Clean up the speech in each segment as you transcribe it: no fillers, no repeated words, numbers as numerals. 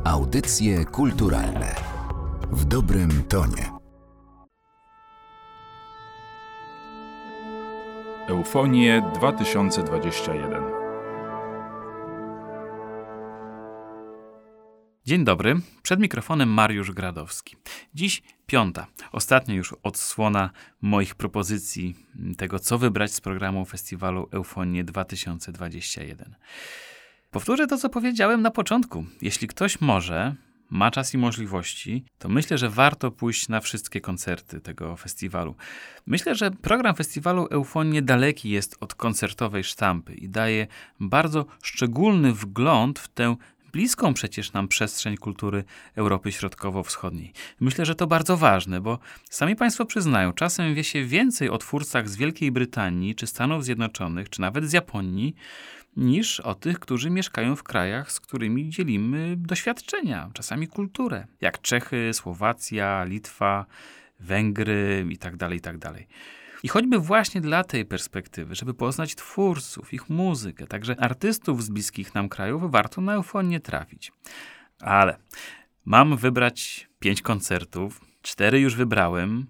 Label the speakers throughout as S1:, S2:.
S1: Audycje kulturalne w dobrym tonie.
S2: Eufonie 2021.
S3: Dzień dobry, przed mikrofonem Mariusz Gradowski. Dziś piąta, ostatnia już odsłona moich propozycji tego, co wybrać z programu festiwalu Eufonie 2021. Powtórzę to, co powiedziałem na początku. Jeśli ktoś może, ma czas i możliwości, to myślę, że warto pójść na wszystkie koncerty tego festiwalu. Myślę, że program festiwalu Eufonie daleki jest od koncertowej sztampy i daje bardzo szczególny wgląd w tę bliską przecież nam przestrzeń kultury Europy Środkowo-Wschodniej. Myślę, że to bardzo ważne, bo sami Państwo przyznają, czasem wie się więcej o twórcach z Wielkiej Brytanii, czy Stanów Zjednoczonych, czy nawet z Japonii, niż o tych, którzy mieszkają w krajach, z którymi dzielimy doświadczenia, czasami kulturę, jak Czechy, Słowacja, Litwa, Węgry itd., itd. I choćby właśnie dla tej perspektywy, żeby poznać twórców, ich muzykę, także artystów z bliskich nam krajów, warto na Eufonię trafić. Ale mam wybrać 5 koncertów, 4 już wybrałem.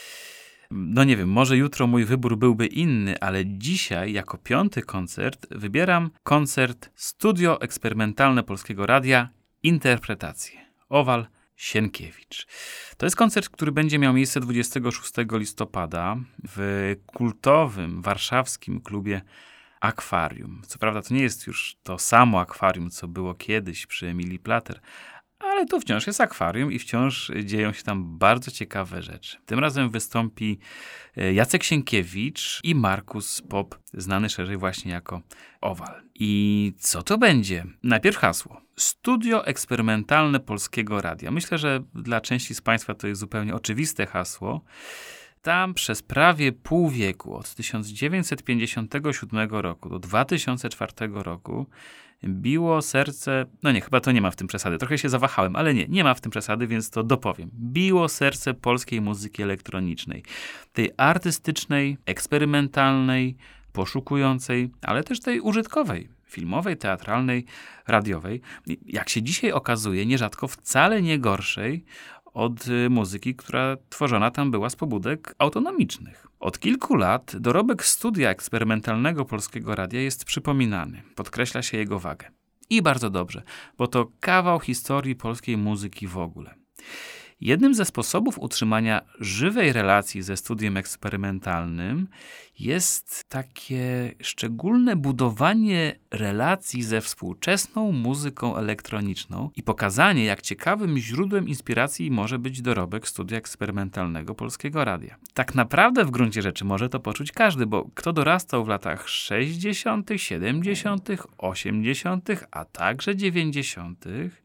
S3: No nie wiem, może jutro mój wybór byłby inny, ale dzisiaj jako 5. koncert wybieram koncert Studio Eksperymentalne Polskiego Radia Interpretacje. Owal Sienkiewicz. To jest koncert, który będzie miał miejsce 26 listopada w kultowym warszawskim klubie Akwarium. Co prawda to nie jest już to samo akwarium, co było kiedyś przy Emilii Plater, ale to wciąż jest akwarium i wciąż dzieją się tam bardzo ciekawe rzeczy. Tym razem wystąpi Jacek Sienkiewicz i Markus Pop, znany szerzej właśnie jako Owal. I co to będzie? Najpierw hasło. Studio Eksperymentalne Polskiego Radia. Myślę, że dla części z Państwa to jest zupełnie oczywiste hasło. Tam przez prawie pół wieku, od 1957 roku do 2004 roku, biło serce, no nie, chyba to nie ma w tym przesady, trochę się zawahałem, ale nie ma w tym przesady, więc to dopowiem. Biło serce polskiej muzyki elektronicznej, tej artystycznej, eksperymentalnej, poszukującej, ale też tej użytkowej, filmowej, teatralnej, radiowej. Jak się dzisiaj okazuje, nierzadko wcale nie gorszej od muzyki, która tworzona tam była z pobudek autonomicznych. Od kilku lat dorobek Studia Eksperymentalnego Polskiego Radia jest przypominany. Podkreśla się jego wagę. I bardzo dobrze, bo to kawał historii polskiej muzyki w ogóle. Jednym ze sposobów utrzymania żywej relacji ze studiem eksperymentalnym jest takie szczególne budowanie relacji ze współczesną muzyką elektroniczną i pokazanie, jak ciekawym źródłem inspiracji może być dorobek Studia Eksperymentalnego Polskiego Radia. Tak naprawdę w gruncie rzeczy może to poczuć każdy, bo kto dorastał w latach 60., 70., 80., a także 90.,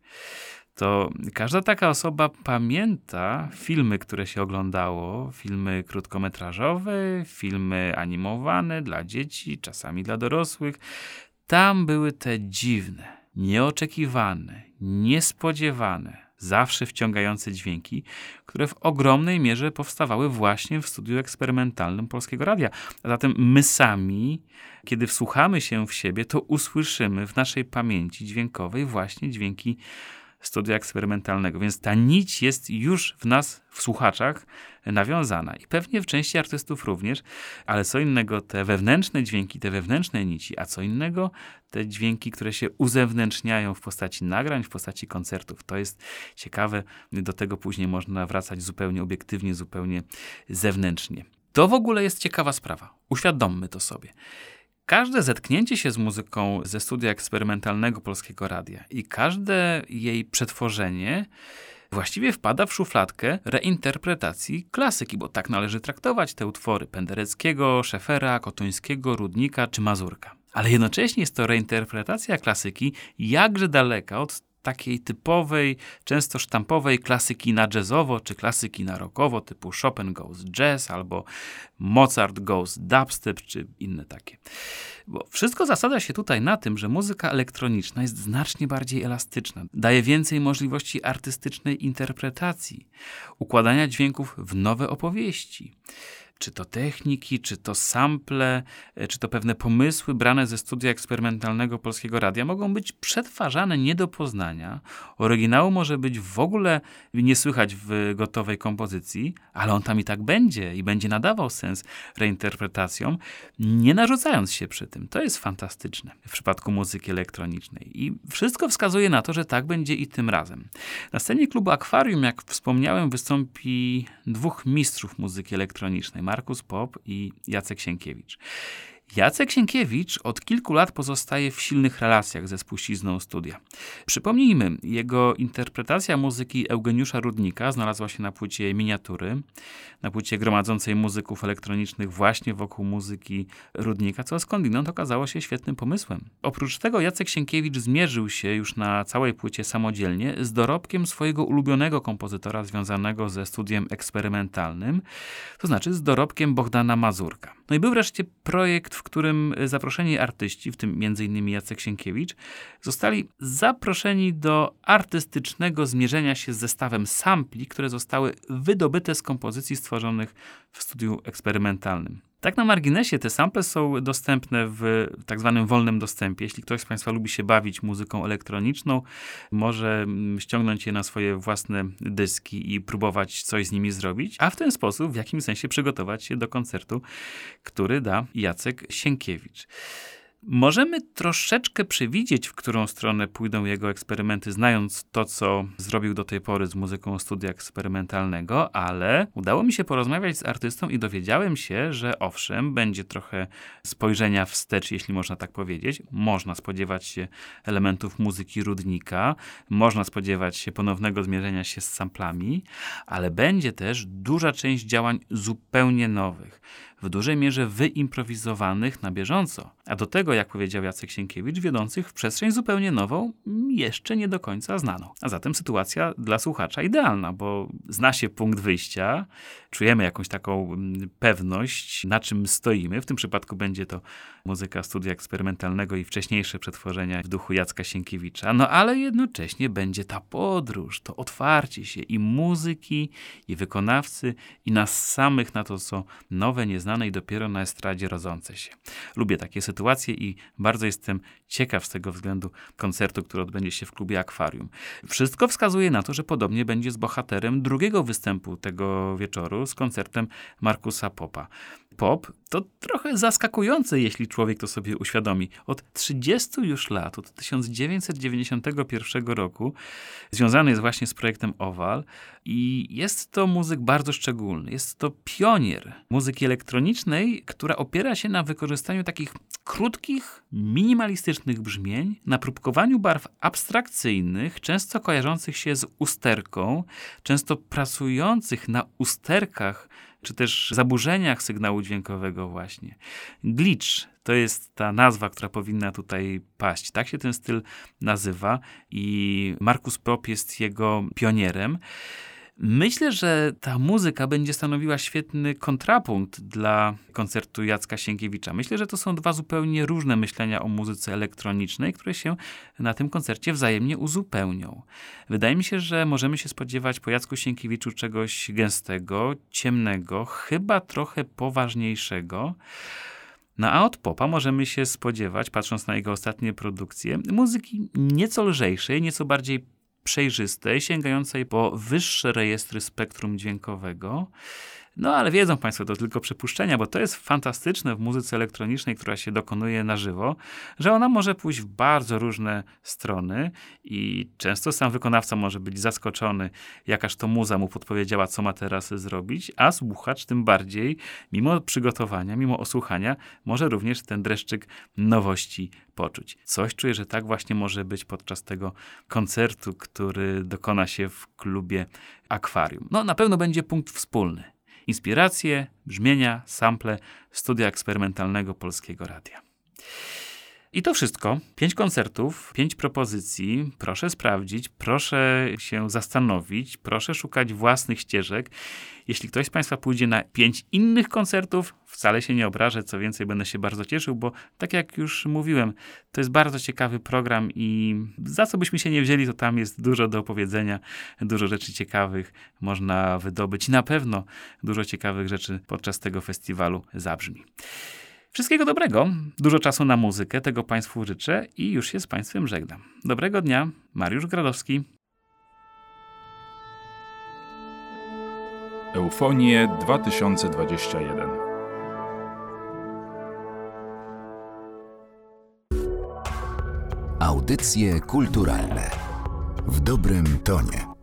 S3: to każda taka osoba pamięta filmy, które się oglądało, filmy krótkometrażowe, filmy animowane dla dzieci, czasami dla dorosłych. Tam były te dziwne, nieoczekiwane, niespodziewane, zawsze wciągające dźwięki, które w ogromnej mierze powstawały właśnie w studiu eksperymentalnym Polskiego Radia. A zatem my sami, kiedy wsłuchamy się w siebie, to usłyszymy w naszej pamięci dźwiękowej właśnie dźwięki studia eksperymentalnego, więc ta nić jest już w nas, w słuchaczach, nawiązana i pewnie w części artystów również, ale co innego te wewnętrzne dźwięki, te wewnętrzne nici, a co innego te dźwięki, które się uzewnętrzniają w postaci nagrań, w postaci koncertów. To jest ciekawe, do tego później można wracać zupełnie obiektywnie, zupełnie zewnętrznie. To w ogóle jest ciekawa sprawa. Uświadommy to sobie. Każde zetknięcie się z muzyką ze studia eksperymentalnego Polskiego Radia i każde jej przetworzenie właściwie wpada w szufladkę reinterpretacji klasyki, bo tak należy traktować te utwory Pendereckiego, Scheffera, Kotońskiego, Rudnika czy Mazurka. Ale jednocześnie jest to reinterpretacja klasyki jakże daleka od takiej typowej, często sztampowej klasyki na jazzowo, czy klasyki na rockowo, typu Chopin goes jazz, albo Mozart goes dubstep, czy inne takie. Bo wszystko zasadza się tutaj na tym, że muzyka elektroniczna jest znacznie bardziej elastyczna, daje więcej możliwości artystycznej interpretacji, układania dźwięków w nowe opowieści. czy to techniki, czy to sample, czy to pewne pomysły brane ze studia eksperymentalnego Polskiego Radia mogą być przetwarzane nie do poznania. Oryginału może być w ogóle nie słychać w gotowej kompozycji, ale on tam i tak będzie i będzie nadawał sens reinterpretacjom, nie narzucając się przy tym. To jest fantastyczne w przypadku muzyki elektronicznej. I wszystko wskazuje na to, że tak będzie i tym razem. Na scenie klubu Akwarium, jak wspomniałem, wystąpi dwóch mistrzów muzyki elektronicznej, Markus Popp i Jacek Sienkiewicz. Jacek Sienkiewicz od kilku lat pozostaje w silnych relacjach ze spuścizną studia. Przypomnijmy, jego interpretacja muzyki Eugeniusza Rudnika znalazła się na płycie Miniatury, na płycie gromadzącej muzyków elektronicznych właśnie wokół muzyki Rudnika, co skądinąd okazało się świetnym pomysłem. Oprócz tego Jacek Sienkiewicz zmierzył się już na całej płycie samodzielnie z dorobkiem swojego ulubionego kompozytora związanego ze studiem eksperymentalnym, to znaczy z dorobkiem Bohdana Mazurka. No i był wreszcie projekt, w którym zaproszeni artyści, w tym m.in. Jacek Sienkiewicz, zostali zaproszeni do artystycznego zmierzenia się z zestawem sampli, które zostały wydobyte z kompozycji stworzonych w studiu eksperymentalnym. Tak na marginesie, te sample są dostępne w tak zwanym wolnym dostępie. Jeśli ktoś z Państwa lubi się bawić muzyką elektroniczną, może ściągnąć je na swoje własne dyski i próbować coś z nimi zrobić, a w ten sposób w jakimś sensie przygotować się do koncertu, który da Jacek Sienkiewicz. Możemy troszeczkę przewidzieć, w którą stronę pójdą jego eksperymenty, znając to, co zrobił do tej pory z muzyką studia eksperymentalnego, ale udało mi się porozmawiać z artystą i dowiedziałem się, że owszem, będzie trochę spojrzenia wstecz, jeśli można tak powiedzieć. Można spodziewać się elementów muzyki Rudnika, można spodziewać się ponownego zmierzenia się z samplami, ale będzie też duża część działań zupełnie nowych, w dużej mierze wyimprowizowanych na bieżąco. A do tego, jak powiedział Jacek Sienkiewicz, wiodących w przestrzeń zupełnie nową, jeszcze nie do końca znaną. A zatem sytuacja dla słuchacza idealna, bo zna się punkt wyjścia, czujemy jakąś taką pewność, na czym stoimy. W tym przypadku będzie to muzyka studia eksperymentalnego i wcześniejsze przetworzenia w duchu Jacka Sienkiewicza. No ale jednocześnie będzie ta podróż, to otwarcie się i muzyki, i wykonawcy, i nas samych na to, co nowe, nieznane i dopiero na estradzie rodzące się. Lubię takie sytuacje i bardzo jestem ciekaw z tego względu koncertu, który odbędzie się w klubie Akwarium. Wszystko wskazuje na to, że podobnie będzie z bohaterem drugiego występu tego wieczoru, z koncertem Markusa Poppa. Pop to trochę zaskakujące, jeśli człowiek to sobie uświadomi. Od 30 już lat, od 1991 roku, związany jest właśnie z projektem Owal i jest to muzyk bardzo szczególny. Jest to pionier muzyki elektronicznej, która opiera się na wykorzystaniu takich krótkich, minimalistycznych brzmień, na próbkowaniu barw abstrakcyjnych, często kojarzących się z usterką, często pracujących na usterkach, czy też zaburzeniach sygnału dźwiękowego właśnie. Glitch to jest ta nazwa, która powinna tutaj paść. Tak się ten styl nazywa i Markus Popp jest jego pionierem. Myślę, że ta muzyka będzie stanowiła świetny kontrapunkt dla koncertu Jacka Sienkiewicza. Myślę, że to są dwa zupełnie różne myślenia o muzyce elektronicznej, które się na tym koncercie wzajemnie uzupełnią. Wydaje mi się, że możemy się spodziewać po Jacku Sienkiewiczu czegoś gęstego, ciemnego, chyba trochę poważniejszego. No a od Poppa możemy się spodziewać, patrząc na jego ostatnie produkcje, muzyki nieco lżejszej, nieco bardziej przejrzystej, sięgającej po wyższe rejestry spektrum dźwiękowego. No ale wiedzą Państwo, to tylko przypuszczenia, bo to jest fantastyczne w muzyce elektronicznej, która się dokonuje na żywo, że ona może pójść w bardzo różne strony i często sam wykonawca może być zaskoczony, jakaż to muza mu podpowiedziała, co ma teraz zrobić, a słuchacz tym bardziej, mimo przygotowania, mimo osłuchania, może również ten dreszczyk nowości poczuć. Coś czuję, że tak właśnie może być podczas tego koncertu, który dokona się w klubie Akwarium. No na pewno będzie punkt wspólny. Inspiracje, brzmienia, sample studia eksperymentalnego Polskiego Radia. I to wszystko. 5 koncertów, 5 propozycji. Proszę sprawdzić, proszę się zastanowić, proszę szukać własnych ścieżek. Jeśli ktoś z Państwa pójdzie na 5 innych koncertów, wcale się nie obrażę, co więcej, będę się bardzo cieszył, bo tak jak już mówiłem, to jest bardzo ciekawy program i za co byśmy się nie wzięli, to tam jest dużo do opowiedzenia, dużo rzeczy ciekawych można wydobyć. Na pewno dużo ciekawych rzeczy podczas tego festiwalu zabrzmi. Wszystkiego dobrego, dużo czasu na muzykę, tego Państwu życzę i już się z Państwem żegnam. Dobrego dnia, Mariusz Gradowski.
S2: Eufonie 2021.
S1: Audycje kulturalne w dobrym tonie.